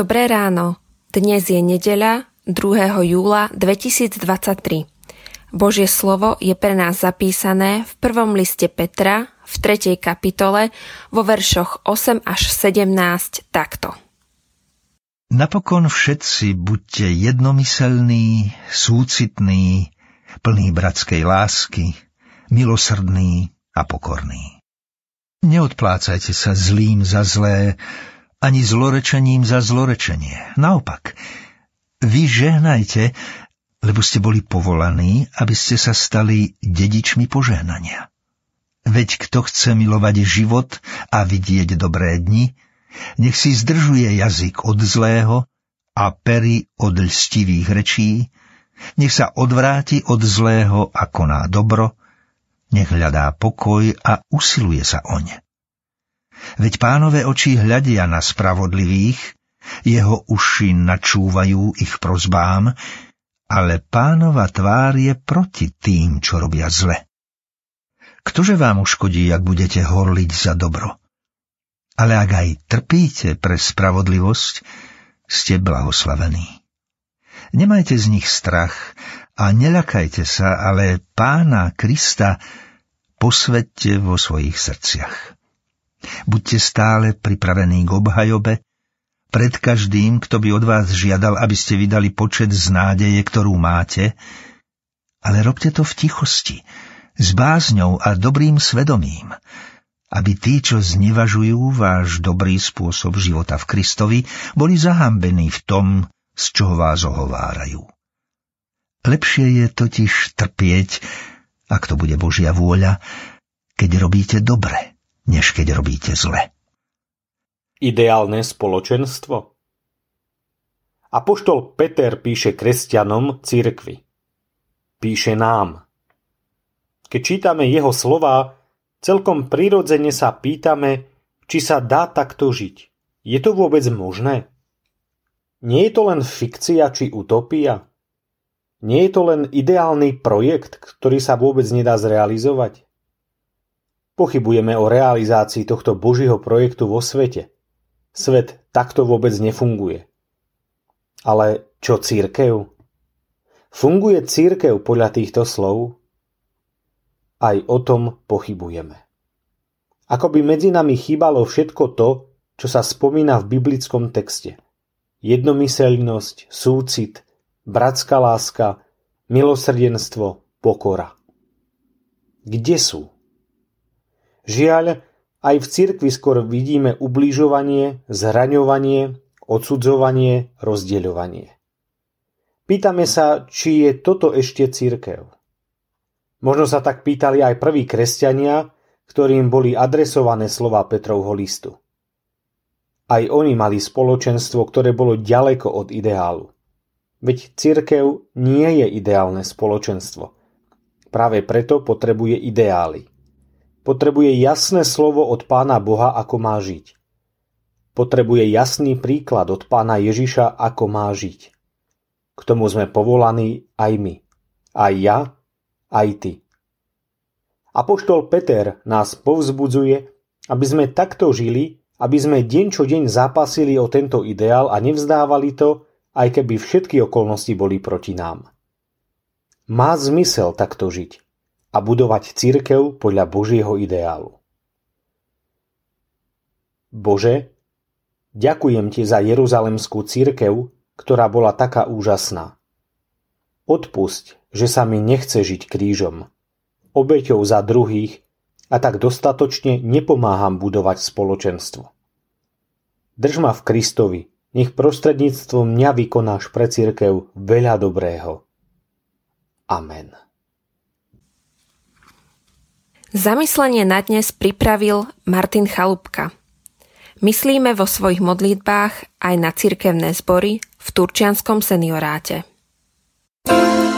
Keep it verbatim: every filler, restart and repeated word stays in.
Dobré ráno. Dnes je nedeľa, druhého júla dvetisícdvadsaťtri. Božie slovo je pre nás zapísané v prvom liste Petra v tretej kapitole vo veršoch osem až sedemnásť takto. Napokon všetci buďte jednomyselní, súcitní, plní bratskej lásky, milosrdní a pokorní. Neodplácajte sa zlým za zlé, ani zlorečením za zlorečenie. Naopak, vy žehnajte, lebo ste boli povolaní, aby ste sa stali dedičmi požehnania. Veď kto chce milovať život a vidieť dobré dni, nech si zdržuje jazyk od zlého a pery od lstivých rečí, nech sa odvráti od zlého a koná dobro, nech hľadá pokoj a usiluje sa oň. Veď Pánove oči hľadia na spravodlivých, jeho uši načúvajú ich prosbám, ale Pánova tvár je proti tým, čo robia zle. Ktože vám uškodí, ak budete horliť za dobro? Ale ak aj trpíte pre spravodlivosť, ste blahoslavení. Nemajte z nich strach a neľakajte sa, ale Pána Krista posväťte vo svojich srdciach. Buďte stále pripravení k obhajobe pred každým, kto by od vás žiadal, aby ste vydali počet z nádeje, ktorú máte, ale robte to v tichosti, s bázňou a dobrým svedomím, aby tí, čo znevažujú váš dobrý spôsob života v Kristovi, boli zahambení v tom, z čoho vás ohovárajú. Lepšie je totiž trpieť, ak to bude Božia vôľa, keď robíte dobre, než keď robíte zle. Ideálne spoločenstvo? Apoštol Peter píše kresťanom cirkvi. Píše nám. Keď čítame jeho slová, celkom prirodzene sa pýtame, či sa dá takto žiť. Je to vôbec možné? Nie je to len fikcia či utopia? Nie je to len ideálny projekt, ktorý sa vôbec nedá zrealizovať? Pochybujeme o realizácii tohto Božieho projektu vo svete. Svet takto vôbec nefunguje. Ale čo cirkev? Funguje cirkev podľa týchto slov? Aj o tom pochybujeme. Ako by medzi nami chýbalo všetko to, čo sa spomína v biblickom texte. Jednomyseľnosť, súcit, bratská láska, milosrdenstvo, pokora. Kde sú? Žiaľ, aj v cirkvi skôr vidíme ubližovanie, zraňovanie, odsudzovanie, rozdeľovanie. Pýtame sa, či je toto ešte cirkev. Možno sa tak pýtali aj prví kresťania, ktorým boli adresované slová Petrovho listu. Aj oni mali spoločenstvo, ktoré bolo ďaleko od ideálu. Veď cirkev nie je ideálne spoločenstvo. Práve preto potrebuje ideály. Potrebuje jasné slovo od Pána Boha, ako má žiť. Potrebuje jasný príklad od Pána Ježiša, ako má žiť. K tomu sme povolaní aj my. Aj ja, aj ty. Apoštol Peter nás povzbudzuje, aby sme takto žili, aby sme deň čo deň zápasili o tento ideál a nevzdávali to, aj keby všetky okolnosti boli proti nám. Má zmysel takto žiť a budovať cirkev podľa Božieho ideálu. Bože, ďakujem ti za Jeruzalemskú cirkev, ktorá bola taká úžasná. Odpusť, že sa mi nechce žiť krížom, obeťou za druhých a tak dostatočne nepomáham budovať spoločenstvo. Drž ma v Kristovi, nech prostredníctvom mňa vykonáš pre cirkev veľa dobrého. Amen. Zamyslenie na dnes pripravil Martin Chalúbka. Myslíme vo svojich modlitbách aj na cirkevné zbory v Turčianskom senioráte.